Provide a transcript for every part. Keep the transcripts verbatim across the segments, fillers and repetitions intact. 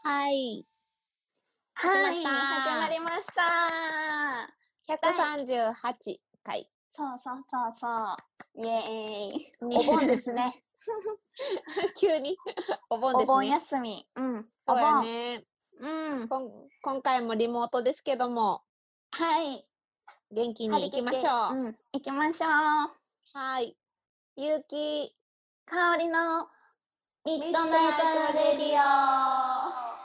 はい。始まっはい、始また。 りました。 ひゃくさんじゅうはちかい。 そうそうそうそう。イエーイ。 ねお盆ですね。 急にお盆お盆ですね。 休み。うん。 そうやお盆。 ね。 うん。 こん今回もリモートですけども、 はい。 元気張に行きり切って、 ましょう。 うん。行きましょう。 はい。ゆうき、 香りのミミッッドナイドナイトトレディレディオ。 オ。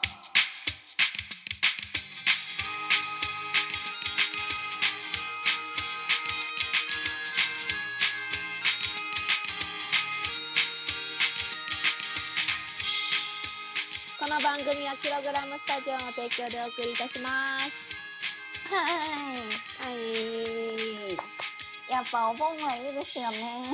この番組はキログラムスタジオの提供でお送りいたします。 はい。 はい。 やっぱお盆はいいですよね。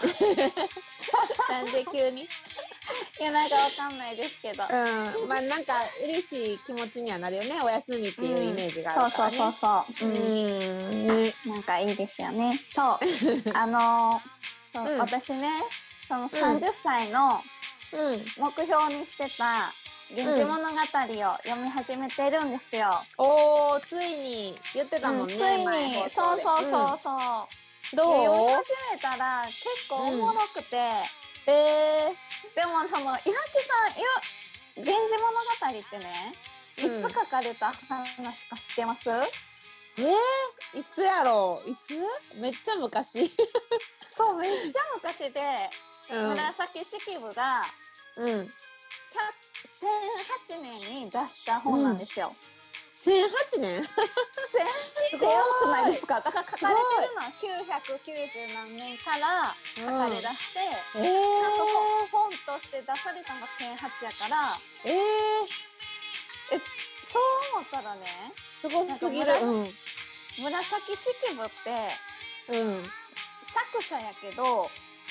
なんで急にいや、なんかわかんないですけど。 うん、まあなんか嬉しい気持ちにはなるよね。お休みっていうイメージがあるからね。 そうそうそうそう。 ううん。 ん、ね。 なんかいいですよね。そう。あのーそううん、 私ね、そのうん、 さんじゅっさいのうん、 目標にしてた源氏うん。 物語を読み始めてるんですよ。 おー、ついに言ってたうん、つもんね、前いに、 放送で。 そうそううん。 そうそう。で、読みどう？ 始めたら結構おうん。 もろくて、 えでもその、いわきさん、いや、源氏物語ってね、いー、うん。 つ書かれた話か知ってます？ えー、いつやろう？いつ？めっちゃ昔。 そう、めっちゃ昔で、 うん。 紫式部がうん。 せんはちねんに出した本うん。 なんですよ。 せんはちねん？すせんっごてやばくないーい。 ですか？だから書すごい。 かれてるのはきゅうひゃくきゅうじゅう何年から書かれ出して、 うん。えちゃんとー、 本として出されたのがせんはちやから、 えー、 え、そう思ったらね、 すごなんかすぎる。うん。 紫式部ってうん。 作者やけど、 うん。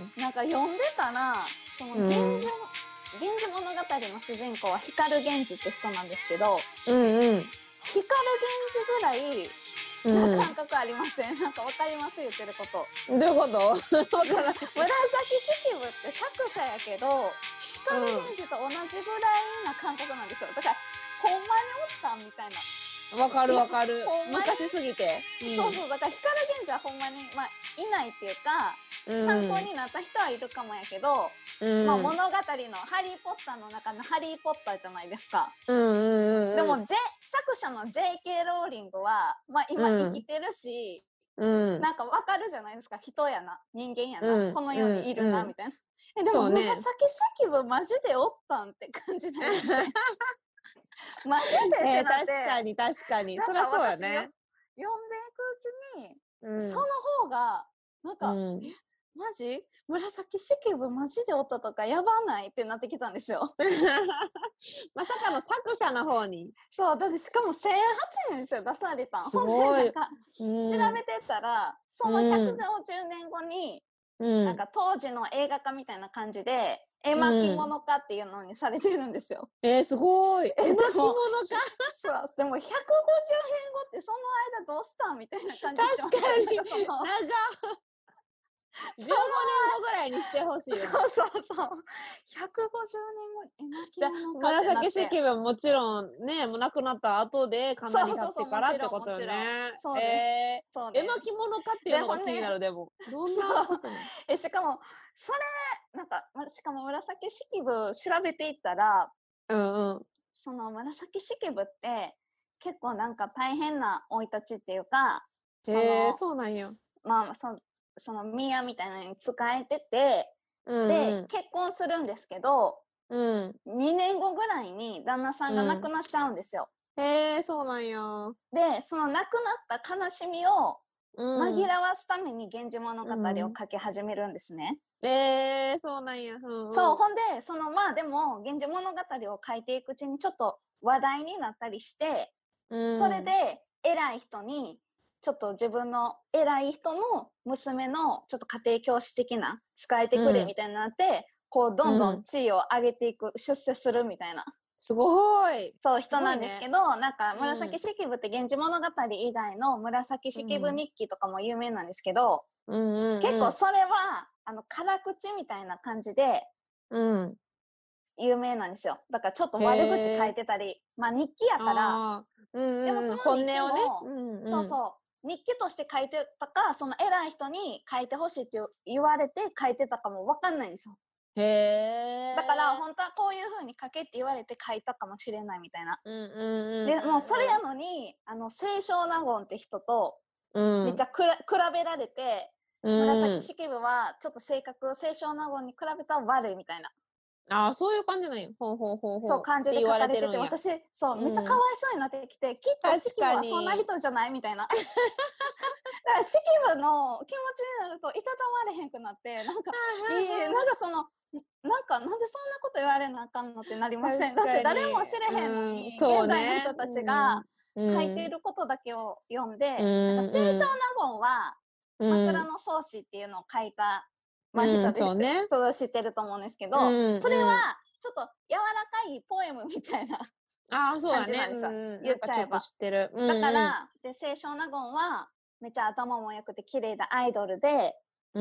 なんか読んでたら、そのうん。 源氏、源氏物語の主人公は光源氏って人なんですけど、 うんうん。 光源氏ぐらいな感覚ありません？なんかわかります？言ってること。 どういうこと？わからん。 紫式部って作者やけど、光源氏と同じぐらいな感覚なんですよ。だからほんまにおったんみたいな。 わかるわかる。 ほんまに昔すぎて。 そうそう、だから光源氏はほんまに、まあ、いないっていうか、 うん、 参考になった人はいるかもやけど、 うん、 まあ、物語のハリー・ポッターの中のハリー・ポッターじゃないですか。 うんうんうん。 でも、J、作者の ジェイケー ローリングは、まあ、今生きてるし、 うん、 なんかわかるじゃないですか。人やな、人間やな、 うん、 この世にいるな、 うん、 みたいな。え、でも、 そうね。 紫式部マジでおったんって感じになりません？マジでっえー、 てなって、 確かに確かに。 なんかそりゃそうや私よね。 読んでいくうちに、 うん、 その方が、なんか、 うん。 え、マジ紫式部マジでおったとかやばないってなってきたんですよ。 まさかの作者の方に。 そう、だってしかもせんはちねんですよ、出されたん。 すほんで、 ごい。 なんか、 う調ん、 べてったら、そのうん、 ひゃくごじゅうねんごに、 うん、 なんか当時の映画化みたいな感じで、絵巻うん。 物化っていうのにされてるんですよ。 えー、すごい。 え、 絵巻物でも、 か。 そう、でもひゃくごじゅうねんごってその間どうしたみたいな感じしま確かせん？なんに。 かその、 長。じゅうごねんごぐらいにしてほしいよね。 そうそうそう。ひゃくごじゅうねんごに絵巻物かってなって。 紫式部はもちろんね、もう亡くなった後でかなり経そうそうそう、 ってからもちろん、 ってことよもちろん。 ね。 そうです。 えー、絵そうです。 巻物かっていうで、 のが気になほんで、 る、でも。どんなそう。 ことなの？ え、しかも、それ、なんか、ましかも紫式部調べていったら、 うんうん。 その紫式部って結構なんか大変な生い立ちっていうか、そへえ、 の、 そうなんや。 まあ、そその宮みたいなのに仕えてて、で、 うんうん。 結婚するんですけど、 うん。 にねんごぐらいに旦那さんが亡うん。 くなっちゃうんですよ。 へえ、そうなんや。 で、その亡くなった悲しみをうん。 紛らわすために源氏物語をうん。 書き始めるんですね。 えー、そうなんや。うんそう、 うん。 ほんで、そのまあでも、源氏物語を書いていくうちにちょっと話題になったりして、それうん。 で偉い人に、ちょっと自分の偉い人の娘のちょっと家庭教師的な使えてくれうん。 みたいになって、こうどんどんうん。 地位を上げていく、出世するみたいな。 すごい。 そうす人なんですごいね。 けど、なんかうん。 紫式部って源氏物語以外の紫う式部ん。 日記とかも有名なんですけど、 うんうんうん。 結構それは、あの、辛口みたいな感じで、 うん。 有名なんですよ。だからちょっとへ悪口書いえ。 てたり、まあ日記やから、 ああ、うんでもうんうん、 その日記本音をね。 も、 うんうん。 そうそう、日記として書いてたか、その偉い人に書いてほしいって言われて書いてたかもわかんないんですよ。 へだからえ。 本当はこういう風に書けって言われて書いたかもしれないみたいな。 うんうんうんで、もうそれやうのに、あの、清少納言って人とんうん。 めっちゃくら比べられて、 うん。 紫式部はちょっと性格、清少納言に比べたら悪いみたいな、 ああ、そういう感じなんや。ほうほうほうほう。 そう感じでって言わ書かれてて、 れてるんや。 私、そう、めっちゃかわいうん。 そうになってきて、きっと確か式部はそんなに。 人じゃないみたいな。だから式部の気持ちになるといたたまれへんくなって、なんか、いい、なんかその、なんか、なんでそんなこと言われなあかんのってなりません？ 確だって誰かに。 も知れへんのうん、 に、 そう現代のね。 人たちうん。 が書いていうん。 ることだけを読んうで、なんか清少ん納言はうん。 枕草子っていうのを書いた、まあ、 うん、 人で、 そうね。 そう知ってると思うんですけうど、 んそれうん。 はちょっと柔らかいポエムみたいなああ、そう感だね。 じなんですよ。 うんうん。な言っんかちょっとちゃえば。 知ってる。うんだかうん。 ら、で、清少納言はめっちゃ頭も良くて綺麗なアイドルで、 うん。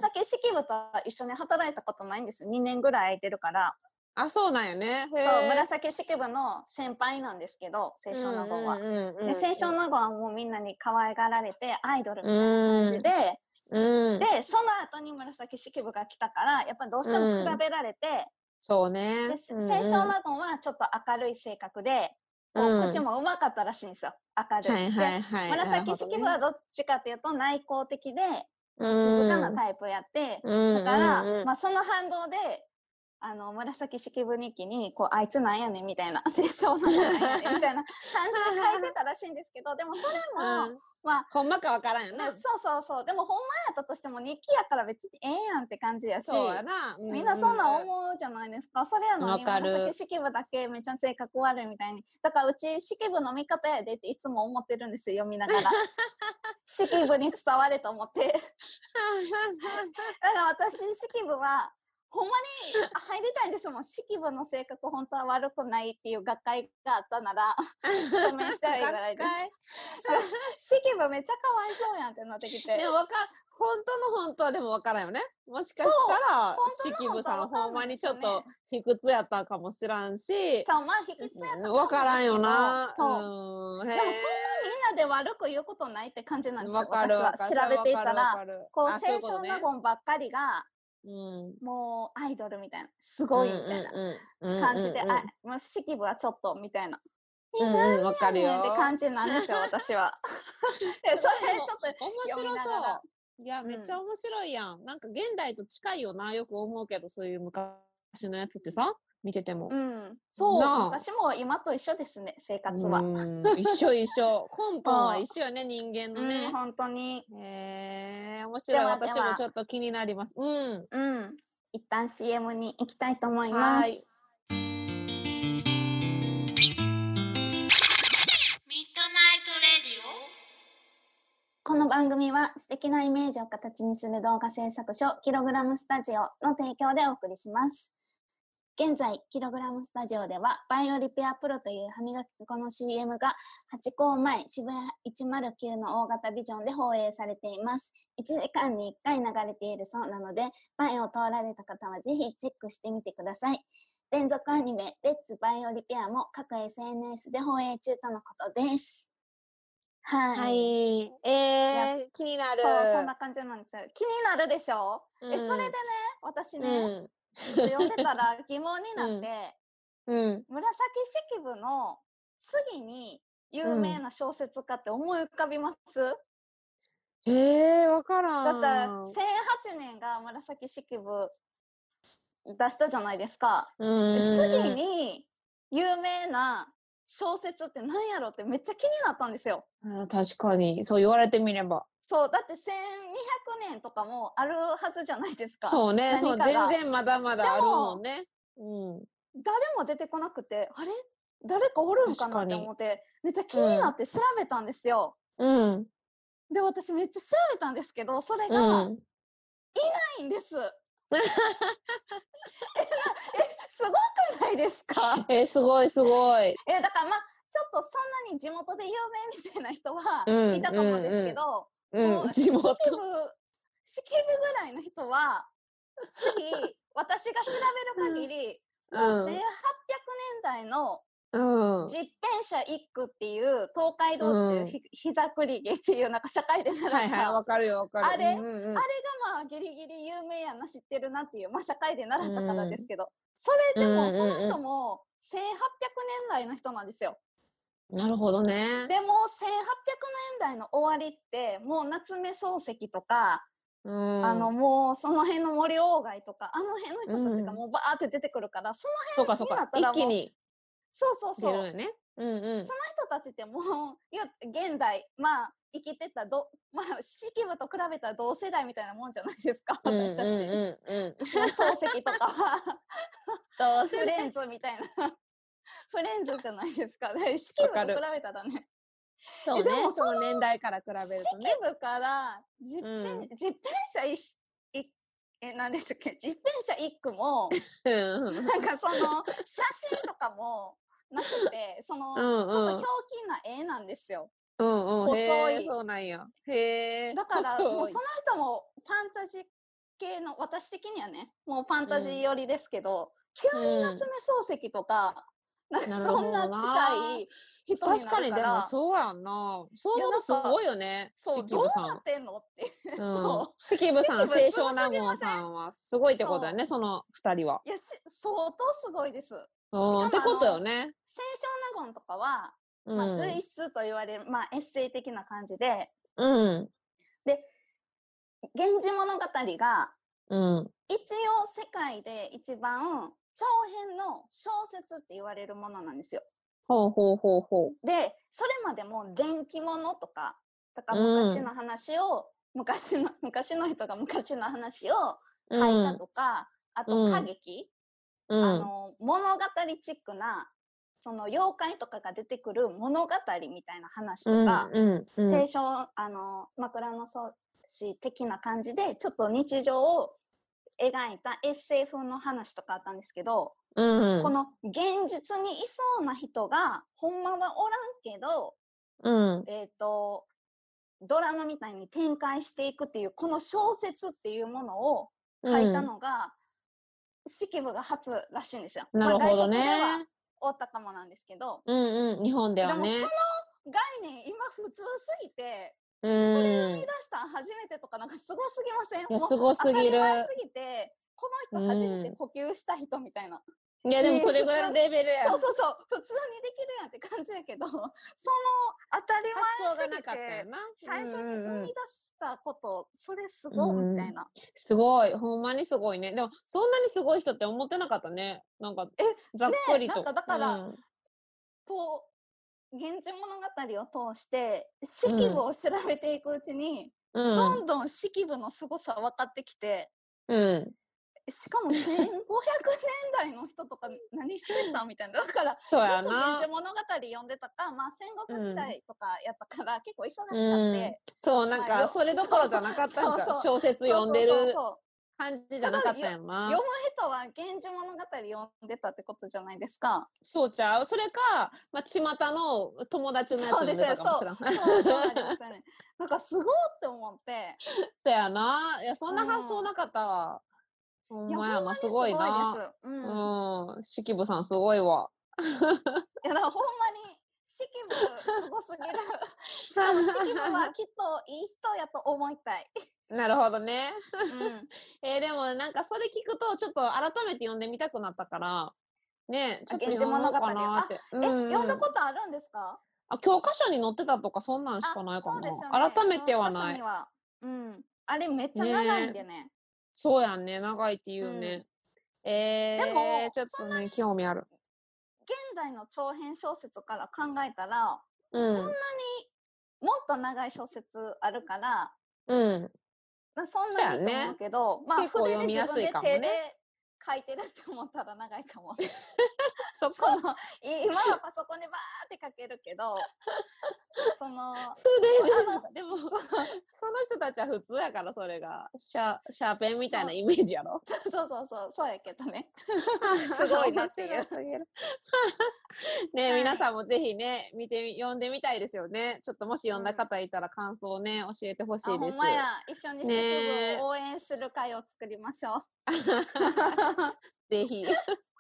紫式部と一緒に働いたことないんです。にねんぐらい空いてるから。 あ、そうなんやね。へそう、 え。 紫式部の先輩なんですけど、清うん少納言は。 うんで、清少うん納言はもうみんなに可愛がられてアイドルみたいな感うん。 じで、 うん。うん。 で、その後に紫式部が来たから、やっぱどうしても比うん。 べられて、 そうね。 で、せうん清少うん。 納言はちょっと明るい性格で、 うこう口ん。 も上手かったらしいんですよ。明るい。 はいはで、 いはい。なる紫ほどね。 式部はどっちかっていうと内向的で、 うこう静かなん。 タイプやって、 うんだから、 うんうん。 まあその反動で、あの、紫式部日記に、こう、あいつなんやねんみたいな、清少納言なんやねんみたいな感じで書いてたらしいんですけど、でもそれも、 うん。 まあ、 ほんまかわからんよね、 な。 そうそうそう。でもほんまやったとしても日記やから別にええやんって感じやそうやし、 な。うんみんなそんなんうん思うじゃないですか。それやうん。わのにかる。 紫式部だけめっちゃ性格悪いみたいに。だからうち式部の味方やでっていつも思ってるんですよ、読みながら。式部に伝われと思って。だから私、式部は、ほんまに入りたいんですもん。式部の性格本当は悪くないっていう学会があったなら、証明したいぐらいです。 学会。 式部めっちゃかわいそうやんってなってきて。 でもわか本当の本当はでもわからんよね。もしかそう、 したら、 本当の式部さ本当はわかんなんほんまいですよね。 にちょっと卑屈やったかもしらんし、 そう、まあ、卑屈やったわかもでからんよすけど、 な。 そう。 うん。へでもそんなみんなで悪く言うことないって感じなんえ。 ですよ、 わかる私は。 わかる。それ調べわかるわていたら、 かる。 こう、 あ、そういう清少納ことね。 言ばっかりが、 うん。 もうアイドルみたいな、すうんごいみたいなうんうん。うん感じで、あ、 うんうん。 まあ、式部はちょっとみたいな。え、 うんうん、わかるなんでやねんってよ。 感じなんですよ、私は。で、それすごいでもちょっと面読み白ながら。 そう。いや、めっちゃうん。 面白いやん。なんか現代と近いよな、よく思うけど、そういう昔のやつってさ、見てても。 うん。そう、 なあ。 昔も今と一緒ですね、生う活は。 ーん、一緒一緒。根本はそ一緒よね、人間う。うん、 のね。 本当に。 へえ、面白い。 ではでは、 私もちょっと気になります。うん。 うん。一旦 シーエム に行きたいと思いまはーい。 す。この番組は素敵なイメージを形にする動画制作所キログラムスタジオの提供でお送りします。現在、キログラムスタジオではバイオリペアプロという歯磨き粉の シーエム がハチ公前渋谷いちまるきゅうの大型ビジョンで放映されています。いちじかんにいっかい流れているそうなので、前を通られた方はぜひチェックしてみてください。連続アニメレッツバイオリペアも各 エスエヌエス で放映中とのことです。はい。 はい。えやー、気になる。 そう、そんな感じなんですよ。気になるでしょ？ うん。 え、それでね、私ね、 うん。 ちょっと読んでたら疑問になっうん。 て、 うん。 紫式部の次に有名うん。 な小説家って思い浮かびます？ へえ、わかだってらん。 せんはちねんが紫式部出したじゃないですか。 うんうんで、次うん。 に有名な小説って何やろってめっちゃ気になったんですよ。 あー確かに、そう言われてみれば。 そう、だってせんにひゃくねんとかもあるはずじゃないですか。 そうね、そう、 何かが。 全然まだまでだあるもんも、 ね。うん。 誰も出てこなくて、あれ誰かおるんかなって確かに。 思って、めっちゃ気うん。 になって調べたんですよ。 うん。 で、私めっちゃ調べたんですけど、それうがん。 ないんです。え、すごくないですか？ え、すごいすごい。 え、だからまあ、ちょっとそんなに地元で有名みたいな人はうんいたかもですけど、 うんうん。うん、 もう式部、 地元。 式部ぐらいの人は、次、私が調べる限り、 のうん。 せんはっぴゃくねんだいのうん。 実編者一句っていう東海う道中ん。 ひ膝栗毛っていうなんか社会で習はいはい、 ったわかるよ、わかる。 あれ、あれうんうんがまあギリギリ有名やな知ってるなっていう、まあ社会でうん。 習ったからうん。 ですけど、そうんれでもそのうんう人もせんはっぴゃくねんだいの人なんですよ。 ん。なるほどね。 でもせんはっぴゃくねんだいの終わりってもう夏目漱石とかうあのん。 もうその辺の森鴎外とかあの辺のう人たちがん。 もうバーって出てくるからその辺になそうかそうか。 ったらもう一気にそうそうそう出るよね。うんうん。 その人たちってもういや現代まあ生きてたどまあ式部と比べたら同世代みたいなもんじゃないですかうん私たち。 うんうんうん。 もう漱石とかどうせね。 フレンズみたいなフレンズじゃないですか。で式部と比わかる。 べたらね。えそうね、 でもそのその年代から比べ式るとね。 部から実う編ん。 実編者いいえ何でしたっけ実編者一句もうん。 なんかその写真とかもなくてそうのちょっとひょうんうん。 きんな絵なんですよ。 うんうん。へえ、 細いそうなんや。へえ、 だからもう細い。 その人もファンタジー系の私的にはねもうファンタジーうん。 寄りですけど急にうん。 夏目漱石とかなんかなるほどそんな近な。 い人にな確かにでもるからそうやんな。そういや思うとすごなんかいよね、 そうどうな式部さん。 ってんのってうん。 そう式部さん、 式部すごす清少納ぎま言させんんはすごいってことだよそね、その二人は。 ういやし相当すごいですしうん、ってことよかもあのね。 清少納言とかはうまあ随ん。 筆と言われるまあエッセイ的な感じでうん。 で源氏物語がうん。 一応世界で一番長編の小説って言われるものなんですよ。 ほうほうほうほでそれまでも伝記物とかだかう。 らうん。 昔の話を昔の昔の人が昔の話をう書いたん。 とかあとうん。 歌劇うあん。 の物語チックなその妖怪とかが出てくる物語みたいな話うん。 とかうん。うん。 聖書あの枕草子的な感じでちょっと日常を描いたエッセイ風の話とかあったんですけどうん。 この現実にいそうな人がほんまはおらんけど、 うん。 えっ、とドラマみたいに展開していくっていうこの小説っていうものを書いたうん。 のが式部が初らしいんですよ。まあ外なるほど国ではね。 おったかもなんですけどうんうん。日本ででもそはね。 の概念今普通すぎてうそれ生みん。 出したん初めてとかなんかすごすぎませんいや、 もうすごす当たり前ぎる。 すぎてこうの人初めてん。 呼吸した人みたいな。 いや、でもいい普通それぐらいのレベルや。 そうそうそう普通にできるやんって感じやけどその当たり発想が前すぎなかったよてな。うん最初に生み出したことそれすごいみうんうん。 たいな。 すごい。ほんまにすごいね。でも、そんなにすごい人って思ってなかったね。なんか、 えねざっくりと。 なんかだからうん。 こう「源氏物語」を通してうん。 式部を調べていくうちにうん。 どんどん式部の凄さ分かってきてうん。 しかもせんごひゃくねんだいの人とか何してたみたいな。だからそうずっと「源氏やな。 物語」読んでたか、まあ、戦う国時ん。 代とかやったから結構忙しかっうん。 て、 そう、なんか、 まあよそれどころじゃなかったんじゃう。 そうそう小説読んそうそうでるそうそう感じじゃただなかったんよやな。 読む人は「源氏物語」読んでたってことじゃないですか。 そうちゃう。それか、まあ、巷の友達のやつ読んでそうですよたかもしらん。 そうそうそうなりますよね。なんかすごーって思ってそやな。いや、そうんな発想んなかったわ。ほいやほんまんまやな、すにすごいごいです。 な。 うんうん。式部さんすごいわ。 いやだからほんまに式部すごすぎるしかも式部はきっといい人やと思いたい。 なるほどね。 うん。 えー、でもなんかそれ聞くとちょっと改めて読んでみたくなったから、ね、ちあ、 ょっと源氏読もうか物語あ、 なって。うえ、読んんうん。 だことあるんですか？ あ、教科書に載ってたとかそんなんしあ、 かないかそうですよな。 ね。 改めて教科書はない。 には。うん。あれめっちゃ長いんねえ。 でね。 そうやんね。長いって言ううん。 よね。 でえー、 も、そんなちょっとね、興味ある。 現代の長編小説から考えたら、 うそんなん。 にもっと長い小説あるから、 うん。 なそんそうなにと思うやんね。 けど、まあ結構筆で自読みやす分で手でいかもね。 書いてるって思ったら長いかも。 そこそのい今はパソコンでバーって書けるけど、そのそれであのな、でも、そそうの人たちは普通やから、それが。シャシャーペンみたいなイメージやろ。 そうそうそうそうそうやけどねすごいな面っていう白すぎる。ね、皆はいさんもぜひね、見てみ読んでみたいですよね。ちょっともし読んだうん方いたら感想をね、教えてほしあほんいです。 まや一緒に式部ねえ。 を応援する会を作りましょうぜひ。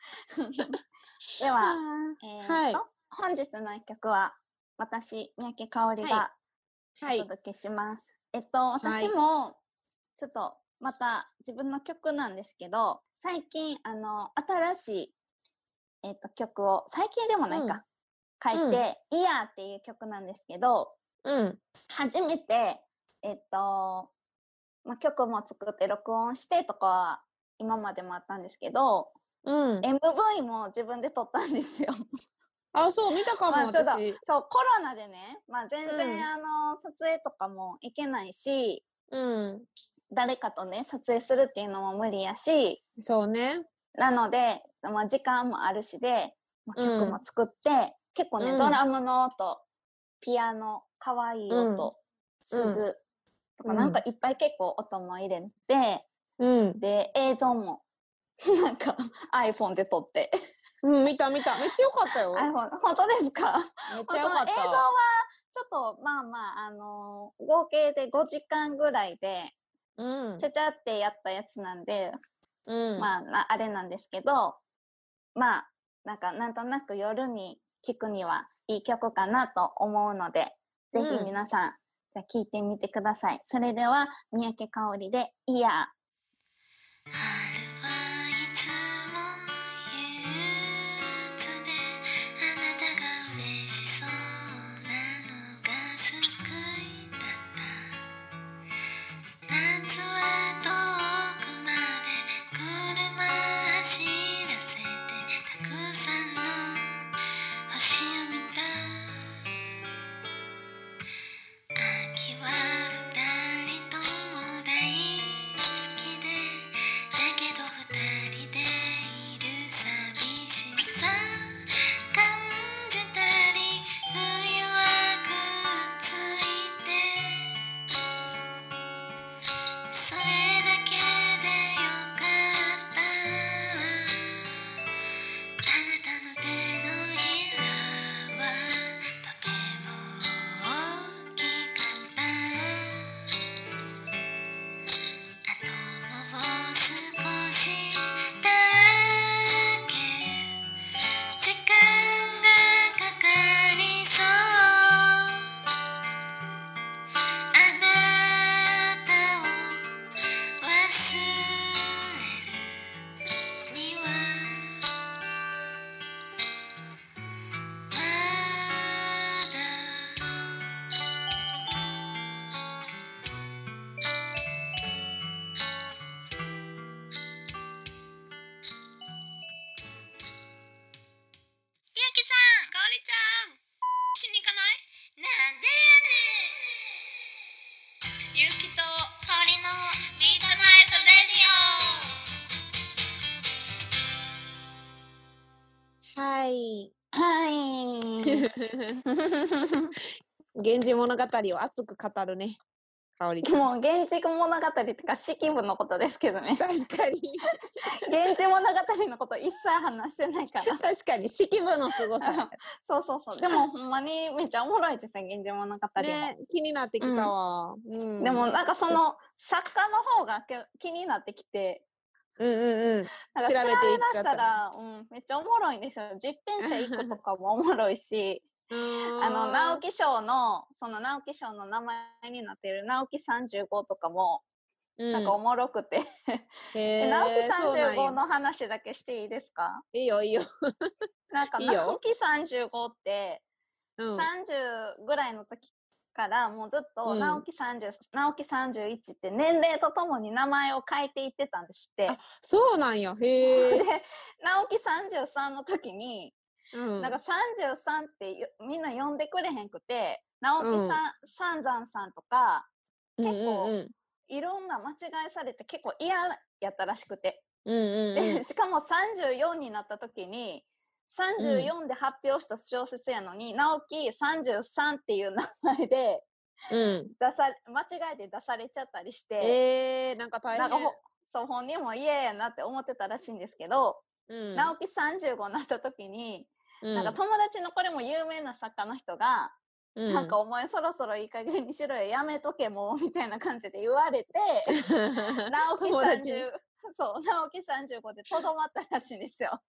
では、 あえー、と、 はい本日の一曲は私三宅香織がおはい。 届けします。えっと私もちょっとまた自分の曲なんですけど、最近あの新しい、えっと、曲を最近でもないか、書いて「イヤー」っていう曲なんですけど、 うん。 初めてえっと、まあ、曲も作って録音してとかは今までもあったんですけど、 うん。 エムブイ も自分で撮ったんですよ。 あ、そう、見たかも、 まあちょっと私。 そうコロナでね、まあ、全然、 うんあの撮影とかも行けないし、 うん。 誰かとね撮影するっていうのも無理やし、 そうね。 なので、まあ、時間もあるしで、まあ、曲も作って、うん、結構ね、うん、ドラムの音、ピアノ、かわいい音、鈴、うん、とか、なんかいっぱい結構音も入れて、うん、で映像もなんか iPhone で撮ってうん、見た見た、めっちゃ良かったよ。 iPhone 本当ですか？ めっちゃ良かった。 映像はちょっとまあまあ、あのー、合計でごじかんぐらいで、うん、ちゃちゃってやったやつなんで、うん、まああれなんですけど、まあなんかなんとなく夜に聴くにはいい曲かなと思うので、ぜひ皆さん、うん、じゃ聴いてみてください。それでは三宅香織で「イヤー」。 はい。 はい。 源氏物語を熱く語るね。香織ちゃん。 もう源氏物語ってか式部のことですけどね。 確かに。 源氏物語のこと一切話してないから。 確かに式部のすごさ。 そうそうそう。でもほんまにめっちゃおもろいですよ、源氏物語も。 ね、気になってきたわ。 うんうん、でもなんかその作家の方が気になってきて。 うんうんうん。 調べていっちゃったら、うん、めっちゃおもろいんですよ。実編者いっことかもおもろいし。あの直木賞のその直木賞の名前になっている直木さんじゅうごとかも、うん、なんかおもろくてえ直木さんじゅうごの話だけしていいですか？ いいよいいよなんか直木さんじゅうごってさんじゅうぐらいの時からもうずっと直木さんじゅう、直木さんじゅういちって年齢とともに名前を変えていってたんですって。 あ、そうなんや。へえ。 で直木さんじゅうさんの時にうん、なんかさんじゅうさんってみんな呼んでくれへんくて、直木さん、うん、三山さんとか、結構、うんうん、いろんな間違いされて結構嫌やったらしくて、うんうんうん、でしかもさんじゅうよんになった時にさんじゅうよんで発表した小説やのに、うん、直木さんじゅうさんっていう名前で、うん、出さ間違えて出されちゃったりして、 えー、なんか大変。 なんかそう本人も嫌やなって思ってたらしいんですけど、うん、直木さんじゅうごになった時にうん、なんか友達のこれも有名な作家の人が、うん、なんかお前そろそろいい加減にしろよ、やめとけもうみたいな感じで言われて直木さんじゅうそう直木さんじゅうごでとどまったらしいんですよ。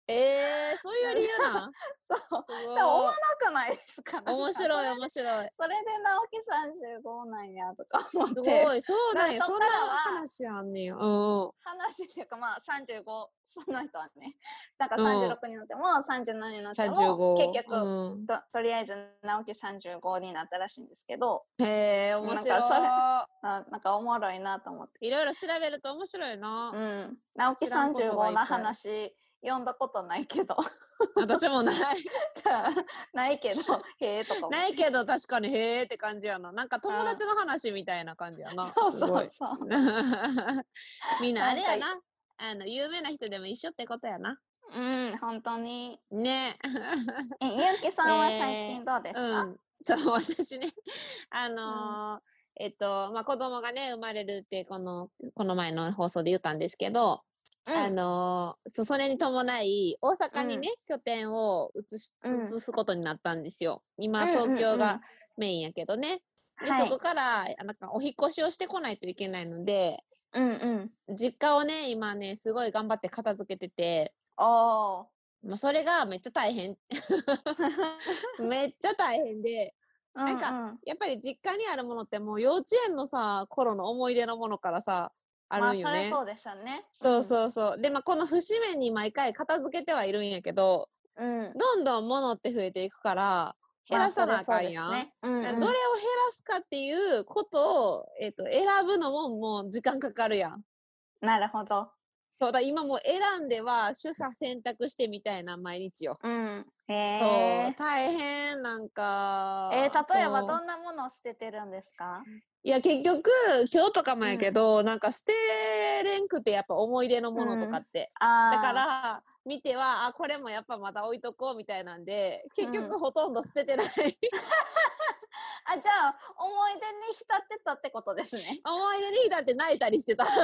えー、そういう理由なん？ そう。 すでも思わごい。 なくないですか？なんか面それ白い面白い。 それで直樹さんじゅうごなんやとか思って。 すごい、そうなんや。 だからそっかそんならは話あんねや。うん話っていうかまあさんじゅうご、その人はね、なんかうん。うん。 さんじゅうろくになってもさんじゅうななになっても結さんじゅうご。 局うん。 ととりあえず直樹さんじゅうごになったらしいんですけど、 へえ、面なんかそれ白あなんかおもろいなと思って。 い。いろいろ調べると面白いな。 うん。直樹知らんことがさんじゅうごのいっぱい。 話読んだことないけど。 私もない。 ないけど、へえとか思って。 ないけど確かにへーって感じやな。なんかうん。 友達の話みたいな感じやな。 そうすごい。 そうそう。 みんなあなんか、 れやな。あの、有名な人でも一緒ってことやな。 うん、本当に。 ね。 え、ゆうきさんは最え近どうでー、 すか？ うん。そう、私ね、あうん。 のーえっと、まあ、子供がね、生まれるって、この、この前の放送で言ったんですけど、あうん。 のーそ、それに伴い、大うん。 阪にね、拠点を移し、 うん。 移すことになったんですよ。今、 うん東京がうんうん。 メインやけどね。で、 はい。 そこから、なんか、お引っ越しをしてこないといけないので、 うんうん。 実家をね、今ね、すごい頑張って片付けてて、 おー。 もうそれがめっちゃ大変。めっちゃ大変で、 うなんか、 んうん。 やっぱり実家にあるものってもう幼稚園のさ、頃の思い出のものからさ、あまあ、 るんよね。 それそうでしたね。うそうん。 そうそう。で、まあ、この節目に毎回片付けてはいるんやけど、 うん。 どんどん物って増えていくから、減まあ、 らさなあかそれそうんやん。 ですね。うんなどれを減うん。 らすかっていうことを、えっと、選ぶのももう時間かかるやん。 なるほど。 そうだ、今もう選んでは取捨選択してみたいな毎日よ。 うん。へそう、 え。 大変、なんえか、 ー、例えばそう。 どんなものを捨ててるんですか？ いや、結局、今日とかもやけうん。 ど、なんか捨てれんくて、やっぱ思い出のものとうん。 かって。だかああ。 ら、見ては、あ、これもやっぱまた置いとこうみたいなんで、結うん。 局ほとんど捨ててない。 あ、じゃあ、思い出に浸ってたってことですね。 思い出にだって泣いたりしてた。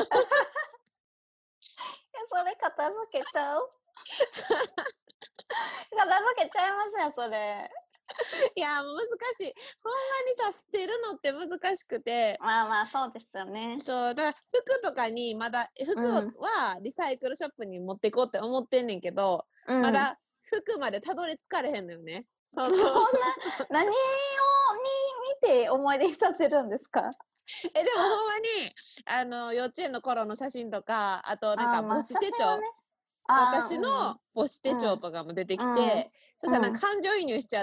え、それ片付けちゃう？片付けちゃいますよ、それ。 いや、難しい。ほんまにさ、捨てるのって難しくて、 まあまあ、そうですよね。 そう、だから服とかにまだ、服うん。 はリサイクルショップに持ってこうって思ってんねんけど、 うん。 まだ服までたどり着かれへんのよね。そうそんな、 そう。 何をに見て思い出に浸ってるんですか？ え、でもほんまに、あの、幼稚園の頃の写真とか、あとなんああ、 か母まあ、 子手帳、 写真はね。ああ、 私のうん母子手帳うん。 とかも出てきうん。 て、そしたらなんうん。 か感情移入しちゃって、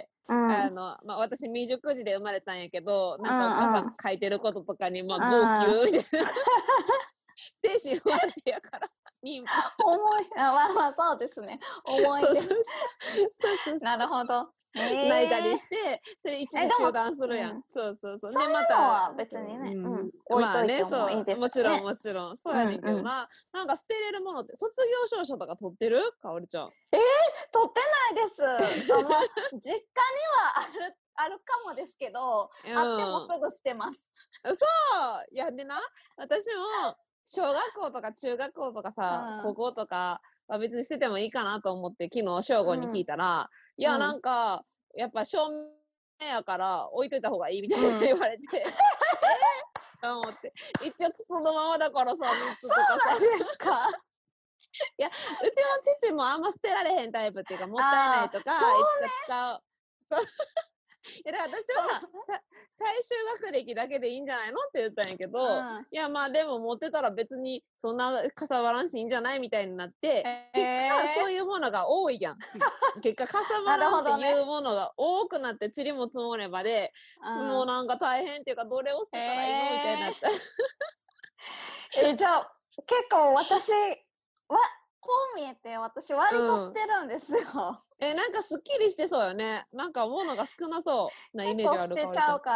うん。うん。 あの、まあ、私未熟児で生まれたんやけど、 うなんかお母さんん。 書いてることとかに、まあ、号泣うん。 みたいな。精神不安定やから、妊婦。 思い、あ、まあまあ、そうですね。思い出。 そうそうそうそうそなるほど。えう。泣いたりえ。 して、それ一え、でも、 時中断するやん。 うん。 そうそうそう。 そうで、まいうのた、 は別そう、 にね、ううん。 ん、置いまあね、 といてもいいそう、 ですよね。 もちろんもちろん。そううんやねんけどうん。 な。なんか捨てれるものって、卒業証書とか取ってるかおりちゃん。 えー、取ってないです。あ、まあ、実家にはある、あるかもですけど、 うあってもすん。 ぐ捨てます。 そう、いや、でな、私も、小学校とか中学校とかさ、高うん。 校とかは別に捨ててもいいかなと思って、昨日、正午に聞いうん。 たら、いや、なうん。 んか、やっぱ証明やから置いといた方がいいみたいなうん。 言われて、えー、と思って。一応筒のままだからさ、みっつそとかさ。 うなんですか？ いや、うちの父もあんま捨てられへんタイプっていうか、もったいないああ、そうとか、いつか使う。そう。いや、だから私は、 そう。 さ最終学歴だけでいいんじゃないのって言ったんやけど、 うん。 いや、まあでも持ってたら別にそんなかさばらんしいいんじゃないみたいになって、 え結果そうえいうものが多いやん。結果かさー、なばらんってるほどね。 いうものが多くなって塵も積もればで、 うん。 もうなんか大変っていうか、どれを捨てたらいいのみたいになっえちゃう。 ー、え、じゃあ、結構私は、こう見えて私割と捨うん。 てるんですよ。 え、なんかすっきりしてそうよね。なんか物が少なそうなイ結構捨メージがある、かおりちゃん。 てちゃうから、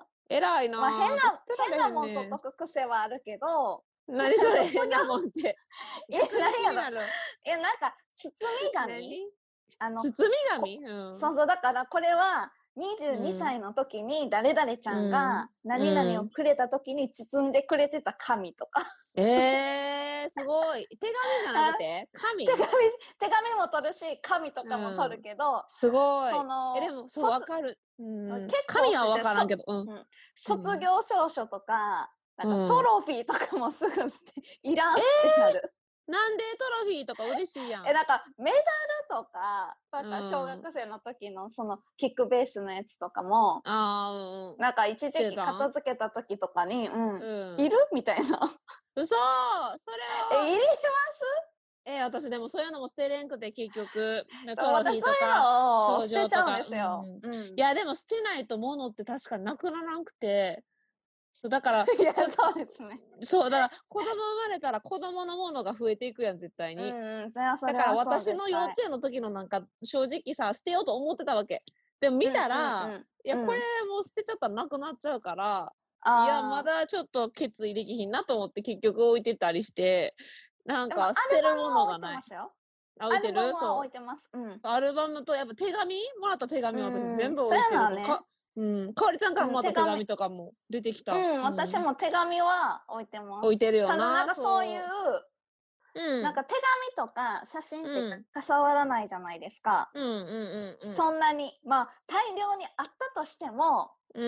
偉いまあ、変ななぁ。私捨てられへ変なもん取っんね。 とく癖はあるけど、 何それ卒業変なもんって。 え、 逆に何やろ。 気になる。 え、なんか包み紙何あの、 包みこ紙うん。 そうそう、だからこれは22 うん。 歳の時に誰々ちゃんうん。 が何々をうん。 くれた時に包んでくれてた紙とか。 えー、すごい。手紙じゃなくあ、 て手紙紙手紙も取るし、紙とうかも取るん。 けど、 すごそい。え、での、 も、そう、 卒わかる。う結ん。 構紙は捨ててる、そわからんけど、うん。 うん、卒うん。 業証書とか、なんかトうん。 ロフィーとかもすぐ捨ていらんえってなる。 なんでトロフィーとか嬉しいやん。 え、なんかメダルとか、なんか小学生の時のそのキックベースのやつとかも、 ああ、うんうん。 なんか一時期してた片付けた時とかに、うん、 うん。 いるみたいな。 嘘それえ、いりは、 ますえ、私でもそういうのも捨てれんくて結局、なそう、 トロフィ私そういうーとかのを賞捨てちゃうん状とか、 ですよ。 うん。 うん。 いやでも捨てないと物って確かなくならんくて、そうだから、 いや、 こそうですね。 そう、だから子供生まれたら子供のものが増えていくやん、絶対うに。 んうん、それはそだかられはそう、 私の幼絶対。 稚園の時のなんか正直さ、捨てようと思ってたわけ。でも見たら、 うんいや、これうんうん。うん。 もう捨てちゃったらなくなっちゃうから、いや、まああ。 だちょっと決意できひんなと思って結局置いてたりして、なんでもアルか捨てるもバムは置いのがない。 てますよ。 あ、置いてアルバムはるそう。 置いてます。うん。 アルバムとやっぱ手紙もらった手う紙は私全ん、 部そういう置いてるか、 のはね、 かうん、かおりちゃんからうん、 もらった手紙、 手紙とかも出てきた。 うん、 うん。 私も手紙は置いてます。 置いてるよただなんな、 かそういう、 そう。うん。 なんか手紙とか写真ってうん。 かさわらないじゃないですか。 うんうんうんうん。 そんなに、まあ大量にあったとしても、 うん。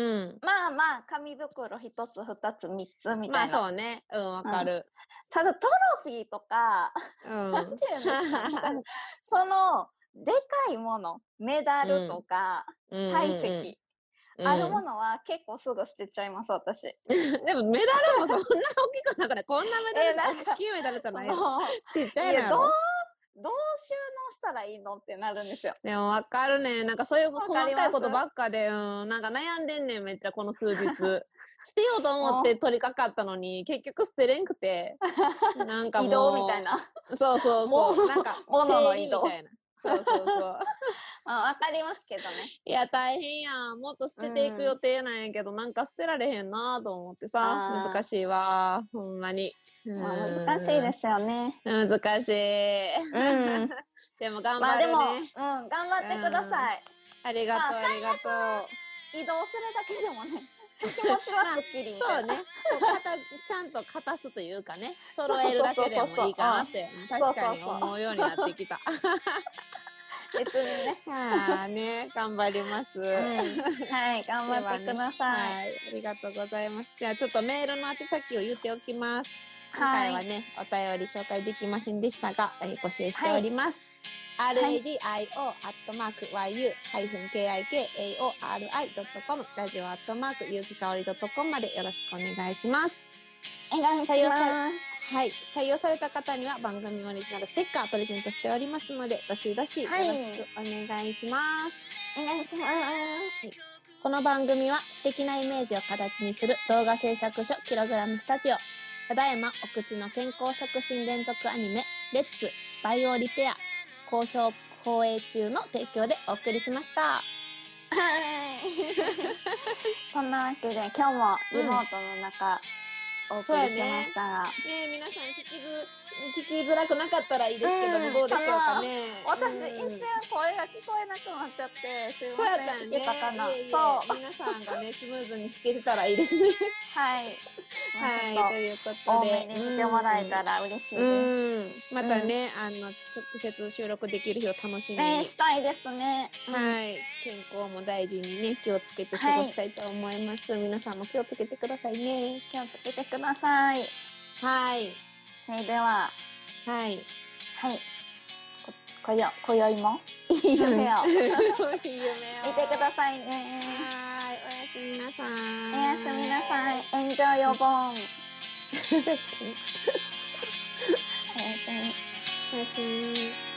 まあまあ紙袋一つ二つ三つみまあたいな。 そうね。うん、わうん。 かる。 ただトロフィーとか、 うなんん。 ていうんですか、なんかそのでかいもの、メダルとうん。 かうんうんうん。 体積、あるもうん。 のは結構すぐ捨てちゃいます、私。 でもメダルもそんな大きくなくない？こんなメダルえ、 って大なんか、 きいメダルじゃそないやろ。 の、 ちっちゃいや、どういのやろ。 どう収納したらいいのってなるんですよ。 でもわかるね。なんかそういうわ細かります？ かいことばっかで、うん、なんか悩んでんねん、めっちゃこの数日。捨てようと思っもうて取り掛かったのに、結局捨てれんくて、なんか移動みたいもな。 う、そうそうもう、 そう、なんか物の整移動。 理みたいな。そうそうそう。 あ、わかりますけどね。 いや、大変やん。もっと捨うてていく予ん。 定なんやけど、なんか捨てられへんなと思ってさ、難あしいわ、ほんまに。うあ、まあ難しいーん、 ですよね。 難しい。 うん。 でも頑まあでも、 張るね。 うん、頑張うってくだん。 さい。 ありがまあとう、ありがとう。 移動するだけでもね、気持ちはまあ、 すっきりみたいな。 そうね。こう、かたちゃんと片すというかね、揃えるそうそうだけでもそうそうそう。 いいかなって、うん、 そう確かにそうそう。 思うようになってきた。 別にね。 ああ、ね、頑張ります。 うん。はい、頑張ってくではね、 ださい。 はい、ありがとうございます。じゃあちょっとメールの宛先を言っておきます。今はい。 回はね、お便り紹介できませんでしたが、えー募集してはい。 おります。 はい。 radio アットマーク yu ハイフン kikaori.com ラジオアットマークゆうきかおり .com までよろしくお願いします。 お願いし採用され、 ます。 はい、採用された方には番組オリジナルステッカープレゼントしておりますので、どしどしよはい。 ろしくお願いします。 お願いします。 この番組は素敵なイメージを形にする動画制作所キログラムスタジオ。ただいまお口の健康促進連続アニメレッツバイオリペア好評放映中の提供でお送りしました。 はい。そんなわけで今日もリモートの中、お送りしましたが。 ねえ、皆さん聞きず聞きづらくなかったらいいですけども、 うん、 どうでしょうかかね。 な。私、 うん一瞬声が聞こえなくなっちゃって、すいそうやません。いったよね。 けたかな。 いえいえ、 そう。 皆さんがね、スムーズに聞けてたらいいですね。 はい。まあ、ちょはい、とっいうことと多めで、 に見てもらえうん。 たら嬉しいです。 うん。またうん。 ね、あの、直接収録できる日を楽しみね、 に。 したいですね。うん、 はい。健康も大事にね、気をつけて過はい。 ごしたいと思います。皆さんも気をつけてくださいね。 気をつけてください。 はい。 それでは、 はい。 はい。こ、こよ、今宵もいい夢を夢を。 見てくださいね。 はい。おやすみなさおやすみなさい。 い。 エンジョイヨボン。 確かに。 おやすみ。 おやすみ。